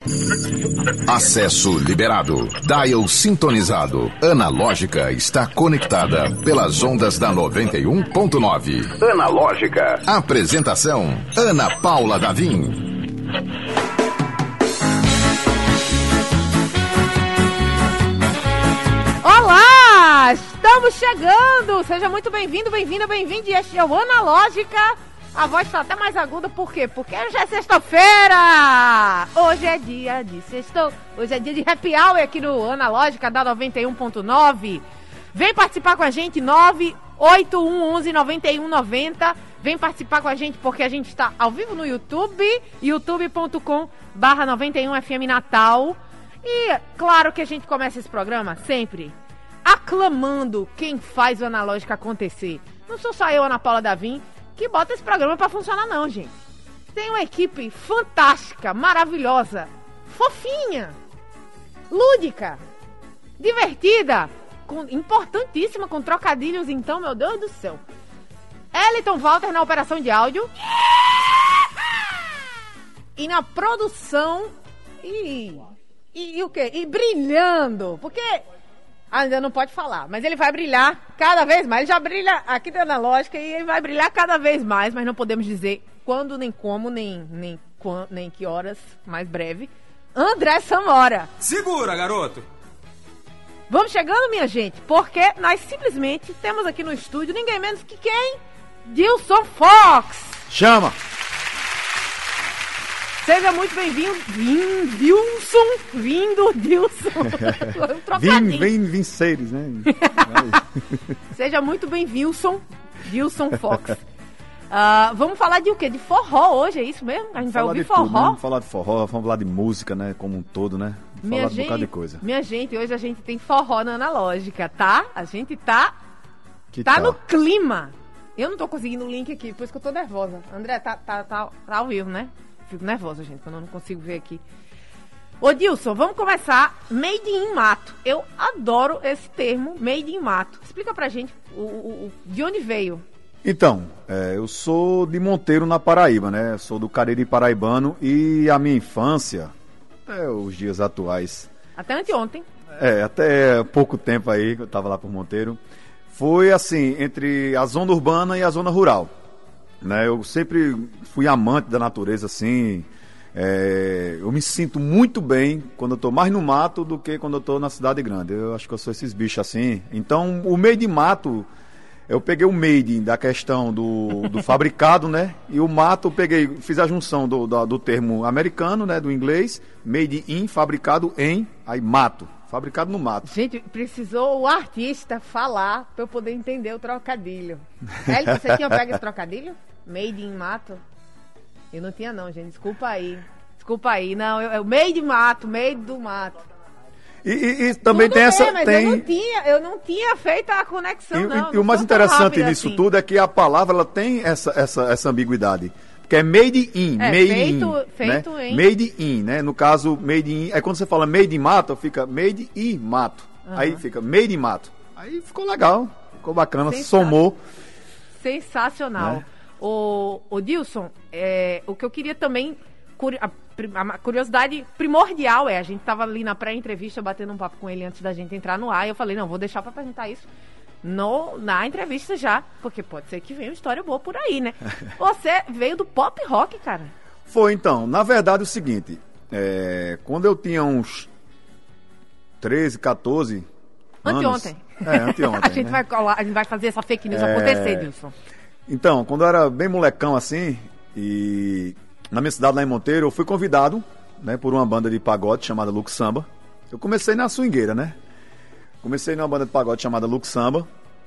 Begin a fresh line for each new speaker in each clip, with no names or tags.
Acesso liberado. Dial sintonizado. Analógica está conectada pelas ondas da 91.9. Analógica. Apresentação: Ana Paula Davim.
Olá! Estamos chegando! Seja muito bem-vindo, bem-vinda, bem-vinde. Este é o Analógica. A voz está até mais aguda, por quê? Porque hoje é sexta-feira! Hoje é dia de sextou. Hoje é dia de happy hour aqui no Analógica da 91.9. Vem participar com a gente, 981119190. Vem participar com a gente porque a gente está ao vivo no YouTube, youtube.com/91FM Natal. E claro que a gente começa esse programa sempre aclamando quem faz o Analógica acontecer. Não sou só eu, Ana Paula Davim, que bota esse programa pra funcionar não, gente. Tem uma equipe fantástica, maravilhosa, fofinha, lúdica, divertida, importantíssima, com trocadilhos, então, meu Deus do céu. Eliton Walter na operação de áudio. E na produção. E o quê? E brilhando, porque ainda não pode falar, mas ele vai brilhar cada vez mais. Ele já brilha aqui da Analógica e ele vai brilhar cada vez mais, mas não podemos dizer quando, nem como, nem que horas, mais breve. André Samora.
Segura, garoto!
Vamos chegando, minha gente, porque nós simplesmente temos aqui no estúdio ninguém menos que quem? Dilson Fox.
Chama!
Seja muito bem-vindo, Dilson.
Vim seres, né?
Seja muito bem-vindo, Dilson Fox. Vamos falar de o quê? De forró hoje, é isso mesmo? A gente vai ouvir forró?
Tudo, né? Vamos falar de forró, vamos falar de música, né? Como um todo, né? Falar de um bocado de coisa.
Minha gente, hoje a gente tem forró na Analógica, tá? A gente tá no clima. Eu não tô conseguindo o link aqui, por isso que eu tô nervosa. André, tá ao vivo, né? Fico nervosa, gente, quando eu não consigo ver aqui. Ô, Dilson, vamos começar. Made in Mato. Eu adoro esse termo, Made in Mato. Explica pra gente de onde veio.
Então, eu sou de Monteiro, na Paraíba, né? Sou do Cariri paraibano e a minha infância, os dias atuais...
Até anteontem.
Até pouco tempo aí, que eu tava lá por Monteiro. Foi assim, entre a zona urbana e a zona rural. Né, eu sempre fui amante da natureza, assim. Eu me sinto muito bem quando eu tô mais no mato do que quando eu tô na cidade grande. Eu acho que eu sou esses bichos assim. Então, o made in mato, eu peguei o made da questão do fabricado, né? E o mato eu fiz a junção do termo americano, né? Do inglês, made in, fabricado em, aí mato. Fabricado no mato.
Gente, precisou o artista falar para eu poder entender o trocadilho. Você tinha pego esse trocadilho? Made in mato? Eu não tinha não, gente. Desculpa aí. Não, eu made in mato, made do mato.
E também tudo tem essa...
Mas eu não tinha feito a conexão, não.
E o mais interessante nisso assim. Tudo é que a palavra ela tem essa ambiguidade. Que é made in, feito
em.
Made in, né? No caso, made in, quando você fala made in mato, fica made in mato. Uhum. Aí fica made in mato. Aí ficou legal, ficou bacana, somou.
Sensacional. Né? O Dilson, o que eu queria também, a curiosidade primordial a gente tava ali na pré-entrevista batendo um papo com ele antes da gente entrar no ar, e eu falei, não, vou deixar pra perguntar isso na entrevista já, porque pode ser que venha uma história boa por aí, né? Você veio do pop rock, cara.
Foi, então. Na verdade, é o seguinte, quando eu tinha uns 13, 14
anteontem.
Anos... Anteontem.
A gente vai fazer essa fake news acontecer, Dilson.
Então, quando eu era bem molecão assim, e na minha cidade lá em Monteiro, eu fui convidado, né, por uma banda de pagode chamada Lux Samba. Eu comecei na swingueira, né? Comecei numa banda de pagode chamada Lux Samba.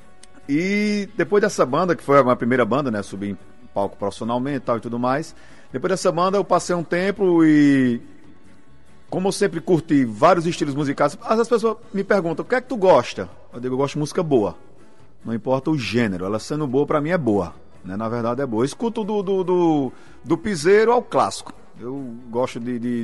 E depois dessa banda, que foi a minha primeira banda, né? Subi em palco profissionalmente e tudo mais. Depois dessa banda eu passei um tempo e... Como eu sempre curti vários estilos musicais, às vezes as pessoas me perguntam, o que é que tu gosta? Eu digo, eu gosto de música boa. Não importa o gênero, ela sendo boa pra mim é boa. Né? Na verdade é boa. Eu escuto do piseiro ao clássico. Eu gosto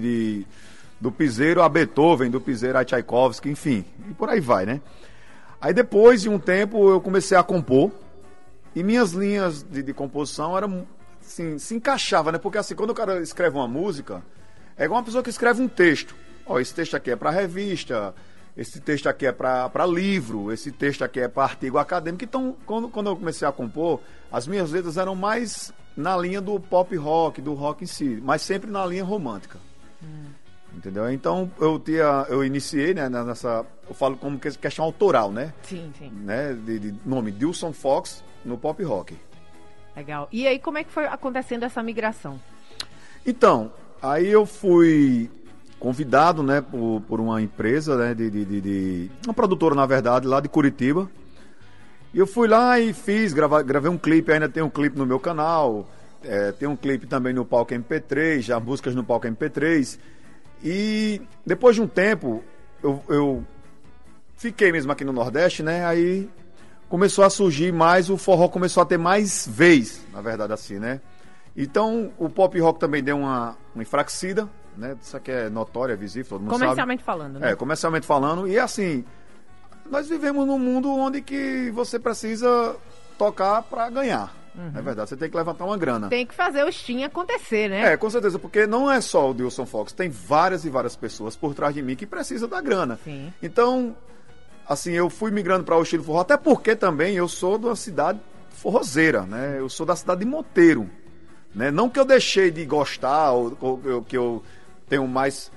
do piseiro a Beethoven, do piseiro a Tchaikovsky, enfim, e por aí vai, né? Aí depois de um tempo eu comecei a compor, e minhas linhas de composição eram, assim, se encaixavam, né? Porque assim, quando o cara escreve uma música, É igual uma pessoa que escreve um texto. Ó, esse texto aqui é para revista, esse texto aqui é para livro, esse texto aqui é para artigo acadêmico. Então, quando eu comecei a compor, as minhas letras eram mais na linha do pop rock, do rock em si, mas sempre na linha romântica. Entendeu? Então, eu iniciei, né, eu falo como questão autoral, né?
Sim, sim.
Né, de nome Dilson Fox no pop rock.
Legal. E aí, como é que foi acontecendo essa migração?
Então, aí eu fui convidado, né, por uma empresa, né, uma produtora, na verdade, lá de Curitiba. E eu fui lá e gravei um clipe, ainda tem um clipe no meu canal, tem um clipe também no Palco MP3, já músicas no Palco MP3. E depois de um tempo, eu fiquei mesmo aqui no Nordeste, né, aí começou a surgir mais, o forró começou a ter mais vez, na verdade, assim, né. Então, o pop rock também deu uma enfraquecida, né? Isso aqui é notório, é visível, todo mundo
comercialmente
sabe.
falando, né?
Comercialmente falando. E assim, nós vivemos num mundo onde que você precisa tocar para ganhar. É verdade, você tem que levantar uma grana.
Tem que fazer o stream acontecer, né?
Com certeza, porque não é só o Dilson Fox, tem várias e várias pessoas por trás de mim que precisam da grana.
Sim.
Então, assim, eu fui migrando para o estilo forró, até porque também eu sou de uma cidade forrozeira, né? Eu sou da cidade de Monteiro. Né? Não que eu deixei de gostar, ou que eu tenho mais...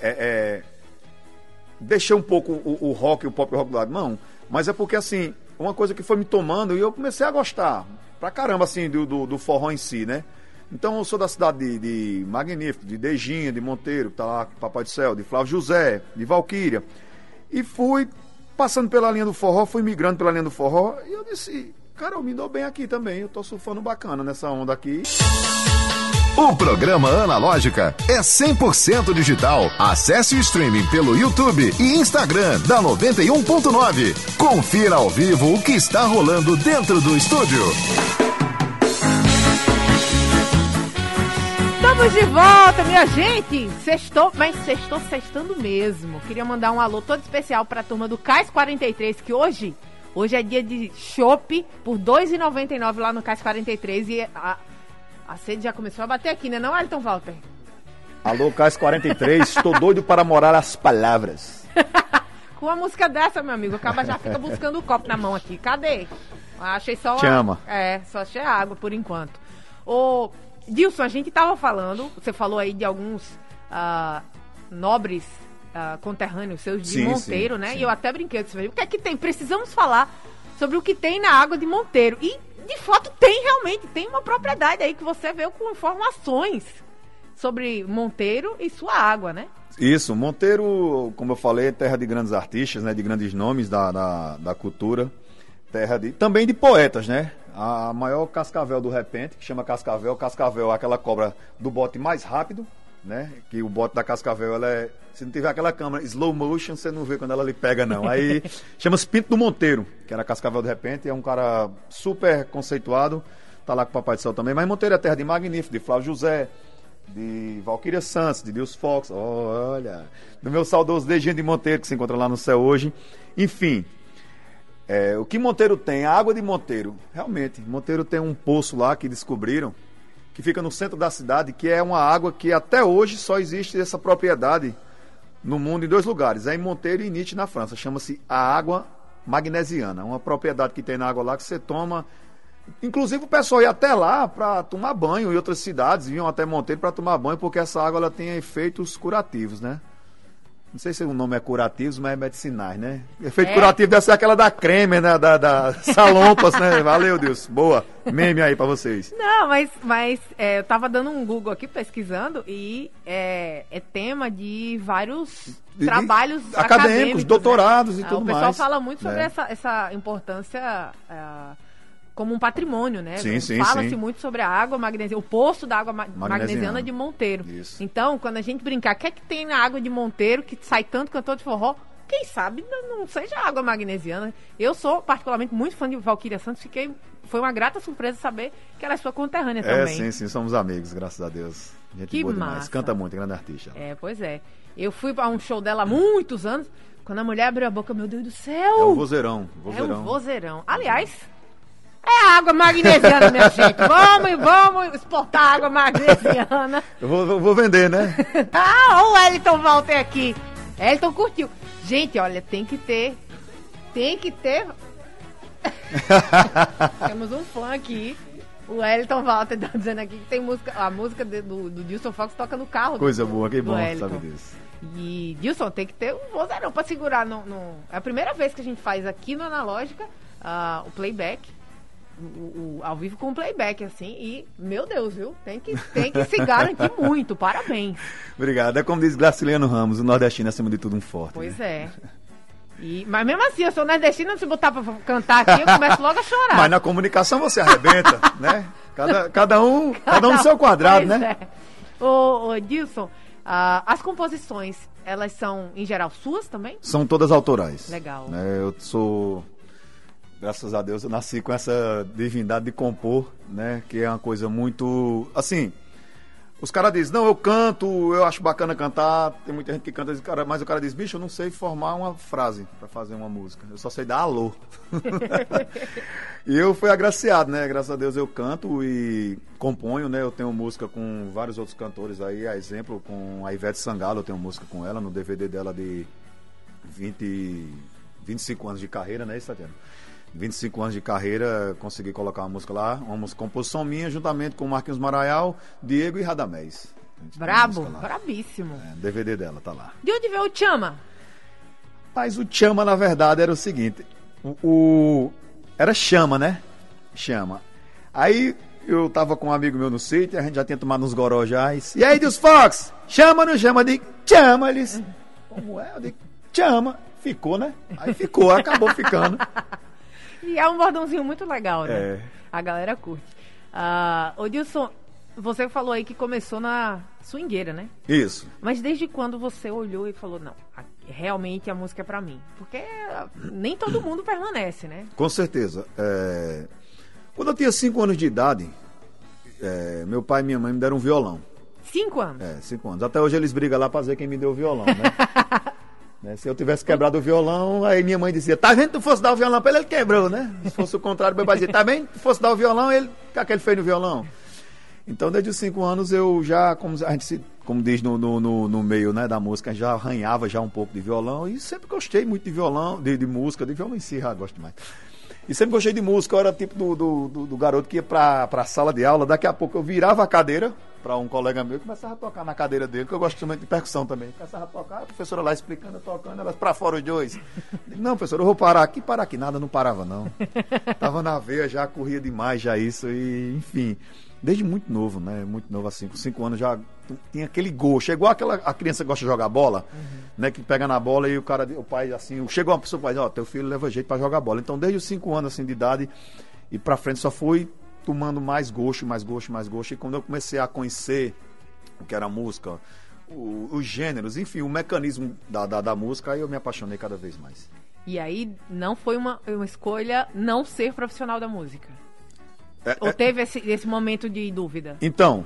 deixei um pouco o rock, o pop rock do lado, não. Mas é porque, assim, uma coisa que foi me tomando e eu comecei a gostar pra caramba, assim, do forró em si, né? Então eu sou da cidade de Magnífico, de Dejinha, de Monteiro, que tá lá com Papai do Céu, de Flávio José, de Valquíria. E fui passando pela linha do forró, fui migrando pela linha do forró e eu disse... Cara, eu me dou bem aqui também, eu tô surfando bacana nessa onda aqui.
O programa Analógica é 100% digital. Acesse o streaming pelo YouTube e Instagram da 91.9. Confira ao vivo o que está rolando dentro do estúdio.
Estamos de volta, minha gente! Sextou, mas sextando mesmo. Queria mandar um alô todo especial para a turma do Cais 43, que hoje é dia de chopp por R$ 2,99 lá no Cais 43 e a sede já começou a bater aqui, né não, Ayrton Walter?
Alô, Cais 43, estou doido para morar as palavras.
Com uma música dessa, meu amigo, o cara já fica buscando o copo na mão aqui. Cadê? Achei só...
Chama.
Só achei água por enquanto. Ô, Dilson, a gente tava falando, você falou aí de alguns nobres... conterrâneos seus de Monteiro, né? Sim. E eu até brinquei, o que é que tem? Precisamos falar sobre o que tem na água de Monteiro. E, de fato, realmente, tem uma propriedade aí que você veio com informações sobre Monteiro e sua água, né?
Isso, Monteiro, como eu falei, é terra de grandes artistas, né? De grandes nomes da cultura. Também de poetas, né? A maior cascavel do repente, que chama cascavel. Cascavel é aquela cobra do bote mais rápido, né? Que o bote da cascavel, se não tiver aquela câmera slow motion, você não vê quando ela lhe pega, não. Aí chama-se Pinto do Monteiro, que era cascavel de repente, é um cara super conceituado, tá lá com o Papai do Céu também, mas Monteiro é terra de Magnífico, de Flávio José, de Valquíria Santos, de Dilson Fox, olha, do meu saudoso Dejinha de Monteiro, que se encontra lá no céu hoje. Enfim, o que Monteiro tem? A água de Monteiro, realmente, Monteiro tem um poço lá que descobriram, que fica no centro da cidade, que é uma água que até hoje só existe essa propriedade no mundo em 2 lugares, é em Monteiro e em Nice, na França. Chama-se a água magnesiana, uma propriedade que tem na água lá que você toma. Inclusive o pessoal ia até lá para tomar banho, em outras cidades vinham até Monteiro para tomar banho, porque essa água ela tem efeitos curativos, né? Não sei se o nome é curativos, mas é medicinais, né? Efeito curativo deve ser aquela da creme, né? Da Salompas, né? Valeu, Deus. Boa. Meme aí pra vocês.
Não, mas eu tava dando um Google aqui, pesquisando, e é tema de vários trabalhos acadêmicos,
doutorados, né? E tudo mais.
O pessoal fala muito sobre essa importância... como um patrimônio, né? Fala-se muito sobre a água magnesiana, o poço da água magnesiana de Monteiro.
Isso.
Então, quando a gente brincar, o que é que tem na água de Monteiro que sai tanto cantor de forró? Quem sabe não seja água magnesiana. Eu sou particularmente muito fã de Valquíria Santos, foi uma grata surpresa saber que ela é sua conterrânea também.
Sim, somos amigos, graças a Deus. Gente
que
boa
massa.
Demais. Canta muito, grande artista.
Pois é. Eu fui a um show dela há muitos anos, quando a mulher abriu a boca, meu Deus do céu!
É um vozeirão.
É um vozeirão. Aliás... É água magnesiana, minha gente. Vamos exportar água magnesiana.
Eu vou vender, né?
Ah, o Wellington Walter aqui. Wellington curtiu. Gente, olha, tem que ter. Temos um fã aqui. O Wellington Walter tá dizendo aqui que tem música. A música do Dilson Fox toca no carro.
Coisa boa, que bom
Wellington.
saber disso.
E, Dilson, tem que ter um vozeirão pra segurar É a primeira vez que a gente faz aqui no Analógica o playback. Ao vivo com playback, assim, e, meu Deus, viu? Tem que se garantir muito, parabéns.
Obrigado. É como diz Graciliano Ramos, o nordestino é acima de tudo um forte.
Pois
né?
Mas mesmo assim, eu sou nordestina, se botar pra cantar aqui, eu começo logo a chorar.
Mas na comunicação você arrebenta, né? Cada um no seu quadrado,
pois
né?
Ô, Dilson, as composições, elas são, em geral, suas também?
São todas autorais.
Legal.
Né? Eu sou... Graças a Deus eu nasci com essa divindade de compor, né? Que é uma coisa muito... Assim, os caras dizem, não, eu canto, eu acho bacana cantar. Tem muita gente que canta, mas o cara diz, bicho, eu não sei formar uma frase para fazer uma música. Eu só sei dar alô. E eu fui agraciado, né? Graças a Deus eu canto e componho, né? Eu tenho música com vários outros cantores aí. A exemplo, com a Ivete Sangalo, eu tenho música com ela no DVD dela de 25 anos de carreira, né, Tatiana? 25 anos de carreira, consegui colocar uma música lá, uma composição minha, juntamente com Marquinhos Maraial, Diego e Radamés.
Brabo, brabíssimo.
DVD dela, tá lá.
De onde veio o Chama?
Mas o Chama, na verdade, era o seguinte, era Chama, né? Chama. Aí eu tava com um amigo meu no sítio, a gente já tinha tomado uns gorojás. E aí, Deus Fox, chama ou não chama? Eu digo, chama, eles. Como é? Eu digo, chama. Ficou, né? Aí ficou, acabou ficando.
E é um bordãozinho muito legal, né?
É.
A galera curte. Ô Dilson, você falou aí que começou na swingueira, né?
Isso.
Mas desde quando você olhou e falou, não, realmente a música é pra mim? Porque nem todo mundo permanece, né?
Com certeza. Quando eu tinha 5 anos de idade, meu pai e minha mãe me deram um violão.
5 anos?
5 anos. Até hoje eles brigam lá pra dizer quem me deu o violão, né? Se eu tivesse quebrado o violão, aí minha mãe dizia, tá vendo que tu fosse dar o violão pra ele quebrou, né? Se fosse o contrário, meu pai dizia, tá vendo que tu fosse dar o violão, o que ele fez no violão? Então, desde os 5 anos, eu já, como diz no meio, né, da música, já arranhava já um pouco de violão, e sempre gostei muito de violão, de música, de violão em si, já gosto demais. E sempre gostei de música, eu era tipo do garoto que ia pra sala de aula, daqui a pouco eu virava a cadeira para um colega meu e começava a tocar na cadeira dele, que eu gosto muito de percussão também. Começava a tocar, a professora lá explicando, tocando, elas para fora os dois. Não, professor, eu vou parar aqui, nada, não parava não. Tava na veia, já corria demais, já isso, e enfim, desde muito novo, né, muito novo assim, com 5 anos já tinha aquele gosto, igual a criança que gosta de jogar bola, né, que pega na bola e o pai assim, chegou uma pessoa e faz, teu filho leva jeito para jogar bola. Então desde os 5 anos assim de idade e para frente só fui tomando mais gosto, e quando eu comecei a conhecer o que era música, os gêneros, enfim, o mecanismo da música, aí eu me apaixonei cada vez mais.
E aí não foi uma escolha não ser profissional da música? Ou teve esse momento de dúvida?
Então,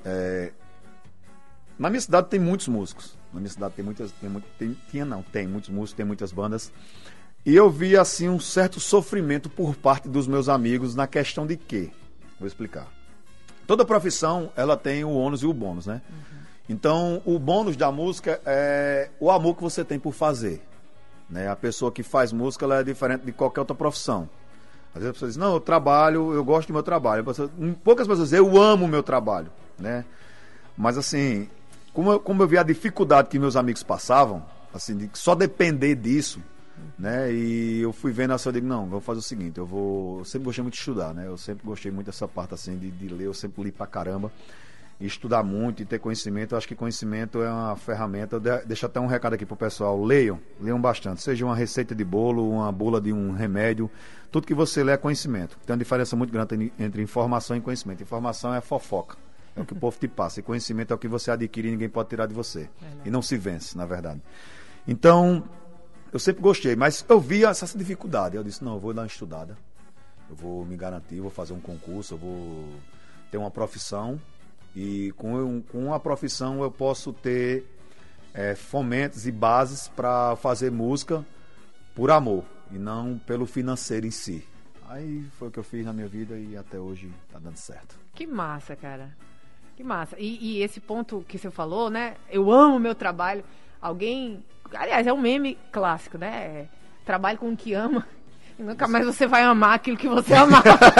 na minha cidade tem muitos músicos. Na minha cidade tem muitos músicos, tem muitas bandas. E eu vi assim um certo sofrimento por parte dos meus amigos na questão de quê? Vou explicar. Toda profissão, ela tem o ônus e o bônus, né? Então, o bônus da música é o amor que você tem por fazer, né? A pessoa que faz música, ela é diferente de qualquer outra profissão. Às vezes a pessoa diz, não, eu trabalho, eu gosto do meu trabalho. Poucas pessoas dizem, eu amo o meu trabalho, né? Mas assim, como eu vi a dificuldade que meus amigos passavam, assim, de só depender disso, né? E eu fui vendo assim, eu digo, não, vou fazer o seguinte, eu sempre gostei muito de estudar, né? Eu sempre gostei muito dessa parte assim de ler, eu sempre li pra caramba, e estudar muito e ter conhecimento. Eu acho que conhecimento é uma ferramenta. Deixa até um recado aqui pro pessoal, leiam bastante, seja uma receita de bolo, uma bula de um remédio, tudo que você lê é conhecimento. Tem uma diferença muito grande entre informação e conhecimento. Informação é fofoca, é o que o povo te passa, e conhecimento é o que você adquire e ninguém pode tirar de você, e não se vence, na verdade. Então, eu sempre gostei, mas eu via essa dificuldade. Eu disse, não, eu vou dar uma estudada, eu vou me garantir, eu vou fazer um concurso, eu vou ter uma profissão, e com a profissão eu posso ter fomentos e bases para fazer música por amor, e não pelo financeiro em si. Aí foi o que eu fiz na minha vida e até hoje tá dando certo.
Que massa, cara. Que massa. E esse ponto que você falou, né? Eu amo o meu trabalho. Aliás, é um meme clássico, né? Trabalho com o que ama e nunca mais você vai amar aquilo que você amava.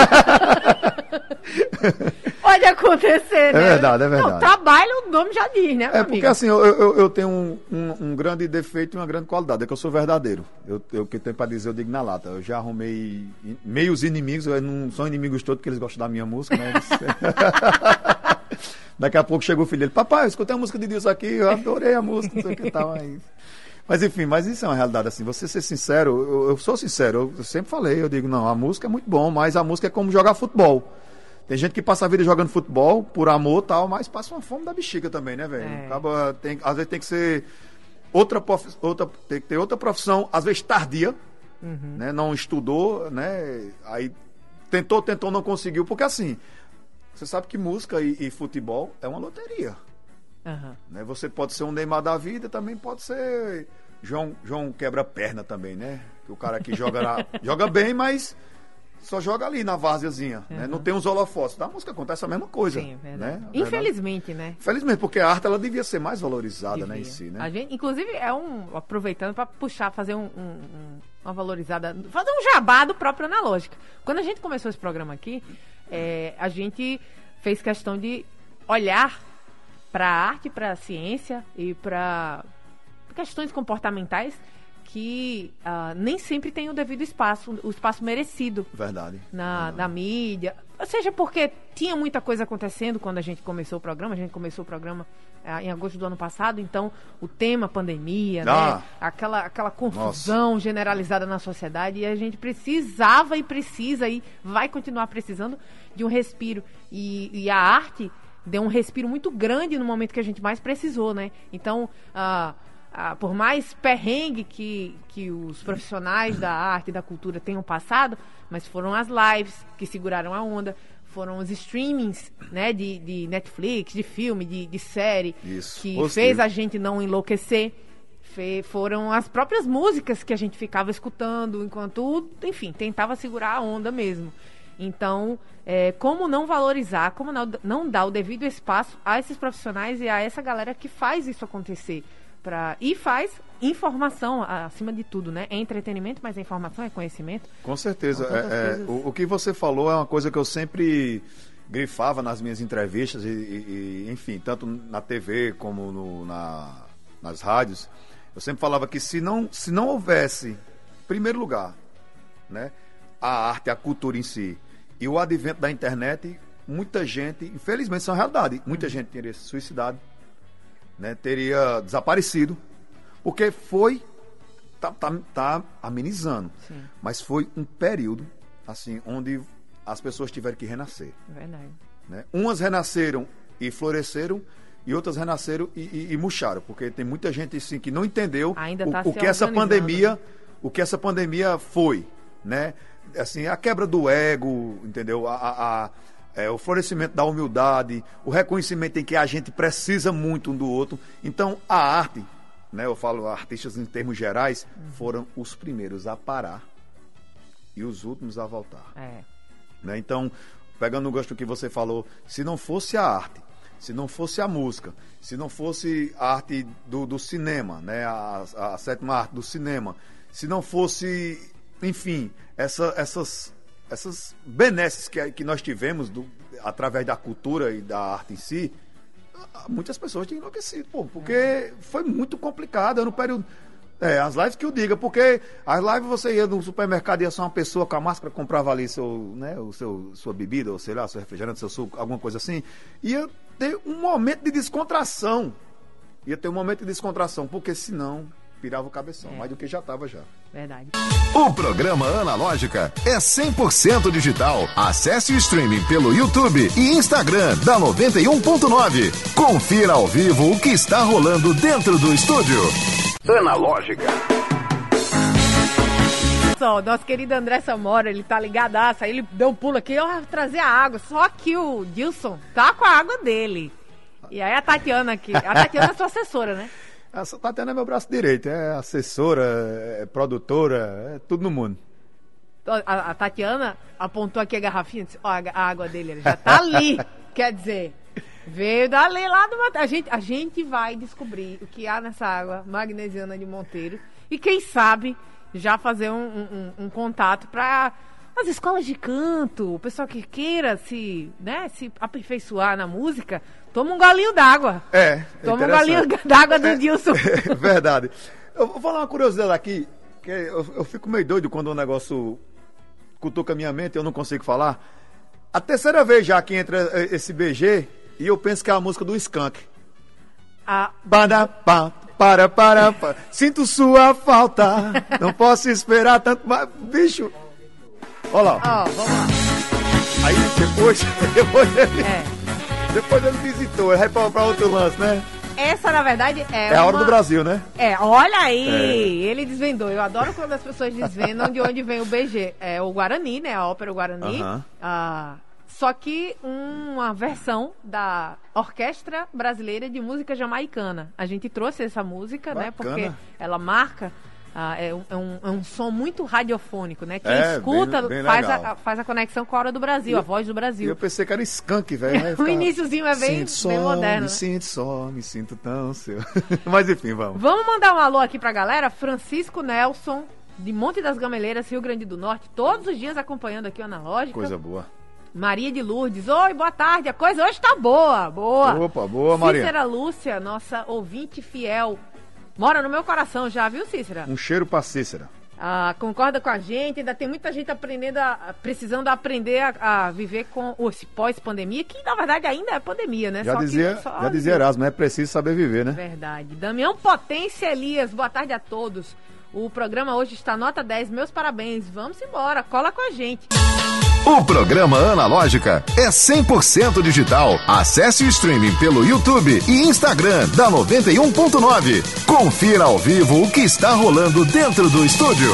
Pode acontecer, né?
É verdade, é verdade.
Não, trabalho, o nome já diz, né,
É porque
amigo?
assim, eu tenho um grande defeito e uma grande qualidade, é que eu sou verdadeiro. O que eu tenho pra dizer, eu digo na lata. Eu já arrumei meios inimigos, não são inimigos todos, porque eles gostam da minha música, né? Daqui a pouco chegou o filho dele, papai, eu escutei a música de Deus aqui, eu adorei a música, não sei o que tal. Mas enfim, isso é uma realidade assim, você ser sincero, eu sou sincero, eu sempre falei, eu digo, não, a música é muito bom, mas a música é como jogar futebol. Tem gente que passa a vida jogando futebol por amor e tal, mas passa uma fome da bexiga também, né, velho? Às vezes tem que ser tem que ter outra profissão, às vezes tardia, né? Não estudou, né? Aí tentou, não conseguiu, porque assim, você sabe que música e futebol é uma loteria. Né? Você pode ser um Neymar da vida, também pode ser João quebra-perna também, né? Que o cara que joga bem, mas só joga ali na várzeazinha, né? Não tem uns holofotes. Na música acontece a mesma coisa. Sim, né?
Infelizmente, né?
Infelizmente, porque a arte ela devia ser mais valorizada, né, em si, né?
A gente, inclusive, aproveitando para puxar, fazer uma valorizada, fazer um jabá do próprio Analógica. Quando a gente começou esse programa aqui, a gente fez questão de olhar para a arte, para a ciência e para questões comportamentais que nem sempre tem o devido espaço, o espaço merecido.
Verdade.
Na mídia. Seja porque tinha muita coisa acontecendo quando a gente começou o programa. A gente começou o programa em agosto do ano passado, então o tema pandemia, né? Aquela confusão generalizada na sociedade, e a gente precisava e precisa e vai continuar precisando de um respiro. E a arte deu um respiro muito grande no momento que a gente mais precisou, né? Então, por mais perrengue que os profissionais da arte e da cultura tenham passado, mas foram as lives que seguraram a onda, foram os streamings, né, de Netflix, de filme, de série, que fez a gente não enlouquecer. Foram as próprias músicas que a gente ficava escutando enquanto, enfim, tentava segurar a onda mesmo. Então, como não valorizar, como não dar o devido espaço a esses profissionais e a essa galera que faz isso acontecer? E faz informação, acima de tudo, né? É entretenimento, mas é informação, é conhecimento.
Com certeza. O que você falou é uma coisa que eu sempre grifava nas minhas entrevistas e enfim, tanto na TV como nas rádios. Eu sempre falava que se não houvesse, em primeiro lugar, né, a arte, a cultura em si, e o advento da internet, muita gente, infelizmente isso é uma realidade, muita gente teria se suicidado, né, teria desaparecido, porque tá amenizando. Sim. Mas foi um período assim onde as pessoas tiveram que renascer.
Verdade.
Né? Umas renasceram e floresceram, e outras renasceram e murcharam, porque tem muita gente assim que não entendeu o que essa pandemia foi, né? Assim, a quebra do ego, entendeu? O florescimento da humildade, o reconhecimento em que a gente precisa muito um do outro. Então, a arte, né, eu falo artistas em termos gerais, foram os primeiros a parar e os últimos a voltar. Né? Então, pegando o gosto do que você falou, se não fosse a arte, se não fosse a música, se não fosse a arte do cinema, né, a sétima arte do cinema, se não fosse, enfim, essas benesses que nós tivemos através da cultura e da arte em si, muitas pessoas tinham enlouquecido, porque foi muito complicado no período. As lives que eu diga, porque as lives você ia no supermercado, ia só uma pessoa com a máscara, comprava ali sua bebida, ou sei lá, seu refrigerante, seu suco, alguma coisa assim, ia ter um momento de descontração. Porque senão pirava o cabeção, mais do que já estava já.
Verdade.
O programa Analógica é 100% digital. Acesse o streaming pelo YouTube e Instagram da 91.9. Confira ao vivo o que está rolando dentro do estúdio. Analógica.
Só, nosso querido André Samora, ele tá ligadaço, aí ele deu um pulo aqui, eu vou trazer a água, só que o Dilson tá com a água dele. E aí a Tatiana aqui, é sua assessora, né?
A Tatiana é meu braço direito, é assessora, é produtora, é tudo no mundo.
A Tatiana apontou aqui a garrafinha e disse, ó, a água dele, ele já tá ali. Quer dizer, veio dali lá do Monteiro. A gente vai descobrir o que há nessa água magnesiana de Monteiro. E quem sabe já fazer um contato para as escolas de canto, o pessoal que queira se aperfeiçoar na música, toma um golinho d'água. Toma um golinho d'água do Dilson.
Verdade. Eu vou falar uma curiosidade aqui, que eu fico meio doido quando o negócio cutuca a minha mente e eu não consigo falar. A terceira vez já que entra esse BG e eu penso que é a música do Skank. Para. Sinto sua falta. Não posso esperar tanto mais. Bicho. Olha lá.
Vamos lá.
Aí depois ele visitou. Ele vai pra outro lance, né?
Essa, na verdade,
é a hora do Brasil, né?
Olha aí, ele desvendou. Eu adoro quando as pessoas desvendam de onde vem o BG. É o Guarani, né? A ópera Guarani. Só que uma versão da Orquestra Brasileira de Música Jamaicana. A gente trouxe essa música,
bacana,
né? Porque ela marca... é um som muito radiofônico, né? Quem escuta
bem
faz a conexão com a hora do Brasil, a voz do Brasil.
Eu pensei que era Skank, velho.
O iniciozinho é bem moderno.
Me sinto só, me sinto tão seu. Mas enfim, vamos.
Vamos mandar um alô aqui pra galera. Francisco Nelson, de Monte das Gameleiras, Rio Grande do Norte, todos os dias acompanhando aqui o Analógica.
Coisa boa.
Maria de Lourdes, oi, boa tarde, a coisa hoje tá boa.
Opa, boa, Maria.
Cícera Lúcia, nossa ouvinte fiel. Mora no meu coração já, viu, Cícera?
Um cheiro pra Cícera.
Concorda com a gente, ainda tem muita gente precisando aprender a viver com esse pós-pandemia, que na verdade ainda é pandemia, né?
Já dizia Erasmo, é preciso saber viver, né?
Verdade. Damião Potência Elias, boa tarde a todos. O programa hoje está nota 10, meus parabéns. Vamos embora, cola com a gente.
O programa Analógica é 100% digital. Acesse o streaming pelo YouTube e Instagram da 91.9. Confira ao vivo o que está rolando dentro do estúdio.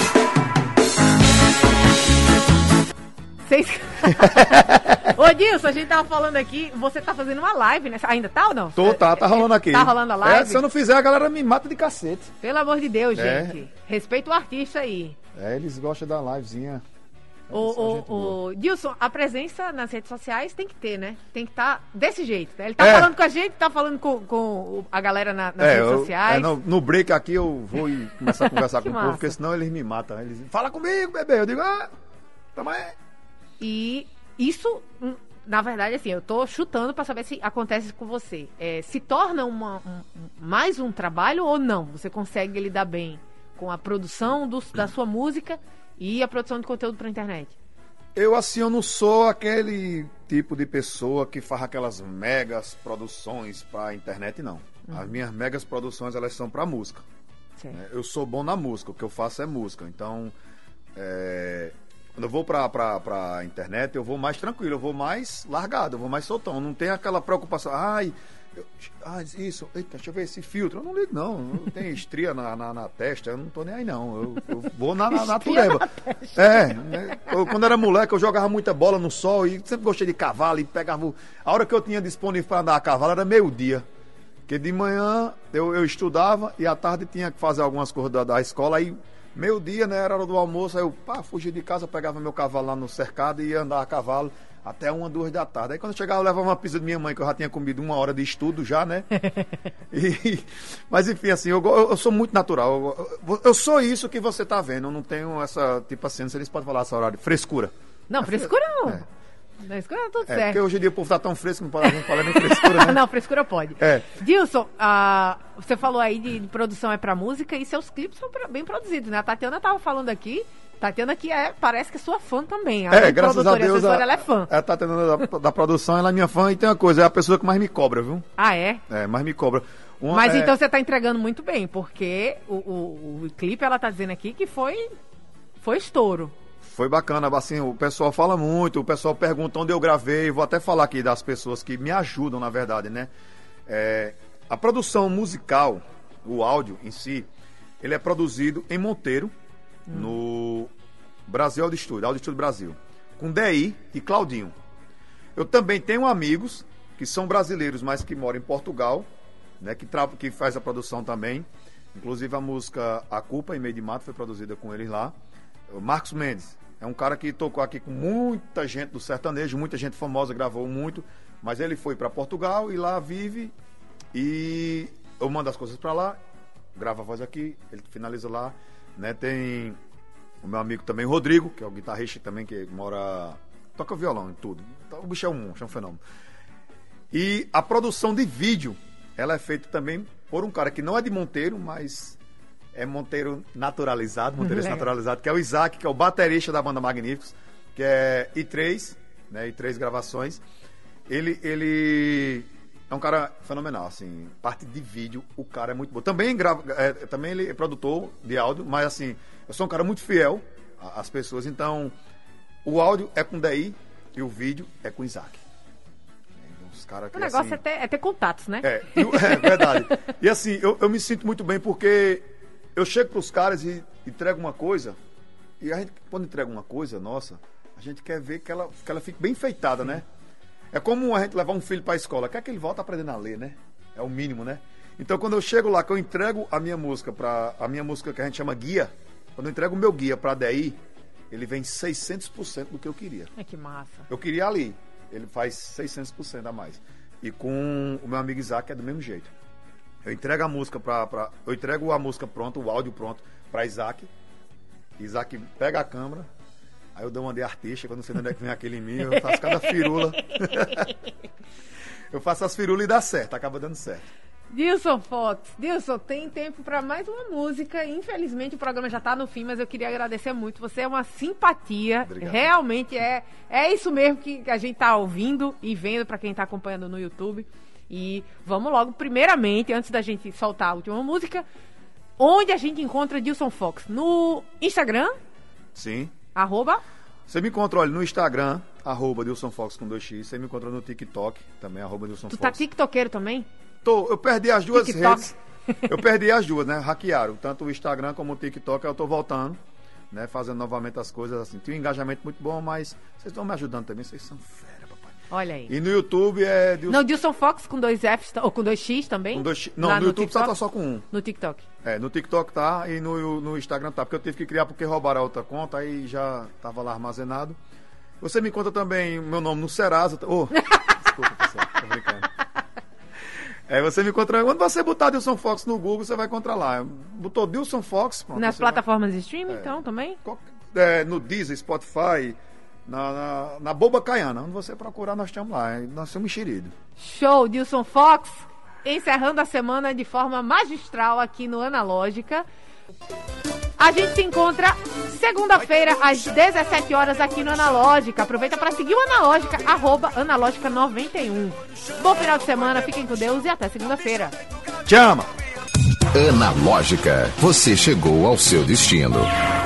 Ô Dilson, a gente tava falando aqui, você tá fazendo uma live, né? Ainda tá ou não?
Tá rolando aqui.
Tá rolando a live?
Se eu não fizer, a galera me mata de cacete.
Pelo amor de Deus, gente. Respeita o artista aí.
Eles gostam da livezinha.
Dilson, a presença nas redes sociais tem que ter, né? Tem que estar desse jeito, né? Ele tá falando com a gente, tá falando com a galera nas redes sociais.
No break aqui eu vou começar a conversar com o povo, porque senão eles me matam. Eles dizem, fala comigo, bebê. Eu digo, tamo aí.
E isso, na verdade, assim, eu tô chutando pra saber se acontece com você. Se torna mais um trabalho ou não? Você consegue lidar bem com a produção da sua música e a produção de conteúdo pra internet?
Eu não sou aquele tipo de pessoa que faz aquelas megas produções pra internet, não. As minhas megas produções, elas são pra música. Eu sou bom na música, o que eu faço é música. Então, quando eu vou pra internet, eu vou mais tranquilo, eu vou mais largado, eu vou mais soltão. Não tem aquela preocupação, isso, eita, deixa eu ver esse filtro. Eu não ligo, não. Eu tenho estria na testa, eu não tô nem aí, não. Eu vou na natureba. Quando era moleque, eu jogava muita bola no sol e sempre gostei de cavalo e pegava. A hora que eu tinha disponível para andar a cavalo era meio-dia. Porque de manhã eu estudava e à tarde tinha que fazer algumas coisas da escola. Aí meio-dia, né, era hora do almoço. Aí eu fugia de casa, pegava meu cavalo lá no cercado e ia andar a cavalo até 1, 2 da tarde. Aí quando eu chegava, eu levava uma pizza de minha mãe, que eu já tinha comido 1 hora de estudo já, né? Mas enfim, assim, eu sou muito natural. Eu sou isso que você tá vendo. Eu não tenho essa, tipo assim, não sei se pode falar essa hora de frescura.
Não, frescura não. Frescura tudo certo.
Porque hoje em dia o povo tá tão fresco, não pode falar nem frescura, né?
Não, frescura pode. Dilson, você falou aí de produção pra música e seus clipes são bem produzidos, né? A Tatiana tava falando aqui. Tatiana que parece que é sua fã também.
Graças a Deus.
Ela é fã.
A Tatiana da produção, ela é minha fã e tem uma coisa, é a pessoa que mais me cobra, viu? Mais me cobra.
Mas então você tá entregando muito bem, porque o clipe, ela tá dizendo aqui que foi estouro.
Foi bacana, assim, o pessoal fala muito, o pessoal pergunta onde eu gravei, vou até falar aqui das pessoas que me ajudam, na verdade, né? A produção musical, o áudio em si, ele é produzido em Monteiro, no Brasil Audio Estúdio Brasil, com DI e Claudinho. Eu também tenho amigos que são brasileiros, mas que moram em Portugal, né, que faz a produção também. Inclusive a música A Culpa em Meio de Mato foi produzida com eles lá. O Marcos Mendes é um cara que tocou aqui com muita gente do sertanejo, muita gente famosa, gravou muito, mas ele foi para Portugal e lá vive e eu mando as coisas para lá, grava a voz aqui, ele finaliza lá, né? Tem o meu amigo também, Rodrigo, que é o guitarrista também, que mora... toca violão em tudo. O bicho é um monstro, é um fenômeno. E a produção de vídeo, ela é feita também por um cara que não é de Monteiro, mas é monteiro naturalizado, naturalizado, que é o Isaac, que é o baterista da banda Magníficos, que é I3, né? I3 gravações. Ele é um cara fenomenal, assim, parte de vídeo, o cara é muito bom. Também também ele é produtor de áudio, mas assim, eu sou um cara muito fiel às pessoas, então o áudio é com o DI e o vídeo é com o Isaac.
O negócio assim, é ter contatos, né?
É verdade. E assim, eu me sinto muito bem porque eu chego pros caras e entrego uma coisa, e a gente, quando entrega uma coisa nossa, a gente quer ver que ela fique bem enfeitada, né? É como a gente levar um filho pra escola, quer que ele volte aprendendo a ler, né? É o mínimo, né? Então quando eu chego lá, que eu entrego a minha música que a gente chama guia, quando eu entrego o meu guia pra DI, ele vem 600% do que eu queria.
É que massa.
Eu queria ali. Ele faz 600% a mais. E com o meu amigo Isaac é do mesmo jeito. Eu entrego a música eu entrego a música pronta, o áudio pronto pra Isaac. Isaac pega a câmera, aí eu dou uma de artista, quando não sei onde é que vem aquele em mim, eu faço cada firula. Eu faço as firulas e dá certo, acaba dando certo.
Dilson Fox, Dilson, tem tempo para mais uma música. Infelizmente o programa já tá no fim, mas eu queria agradecer muito. Você é uma simpatia. Obrigado. Realmente é isso mesmo que a gente tá ouvindo e vendo para quem tá acompanhando no YouTube. E vamos logo, primeiramente, antes da gente soltar a última música, onde a gente encontra Dilson Fox? No Instagram?
Sim.
Você
me encontra, olha, no Instagram, @Dilson Fox com 2x. Você me encontra no TikTok, também, @Dilson Fox.
Tu tá tiktokeiro também?
Eu perdi as duas
TikTok.
redes. Eu perdi as duas, né? Hackearam. Tanto o Instagram como o TikTok. Eu tô voltando, né? Fazendo novamente as coisas assim. Tem um engajamento muito bom, mas vocês estão me ajudando também. Vocês são fera, papai.
Olha aí.
E no YouTube é...
Não, Dilson Fox com 2Fs, ou com 2X também?
Com 2X. Não, no YouTube tá só com 1.
No TikTok.
No TikTok tá e no Instagram tá. Porque eu tive que criar porque roubaram a outra conta. Aí já tava lá armazenado. Você me conta também meu nome no Serasa. Desculpa, pessoal. Tô brincando. Você me encontra. Quando você botar Dilson Fox no Google, você vai encontrar lá. Botou Dilson Fox. Pronto,
nas plataformas de streaming, então, também?
No Deezer, Spotify, na Boba Caiana. Onde você procurar, nós estamos lá. Nós somos enxeridos.
Show, Dilson Fox. Encerrando a semana de forma magistral aqui no Analógica. A gente se encontra segunda-feira às 17 horas aqui no Analógica. Aproveita para seguir o Analógica, @Analógica91. Bom final de semana, fiquem com Deus e até segunda-feira.
Te ama!
Analógica, você chegou ao seu destino.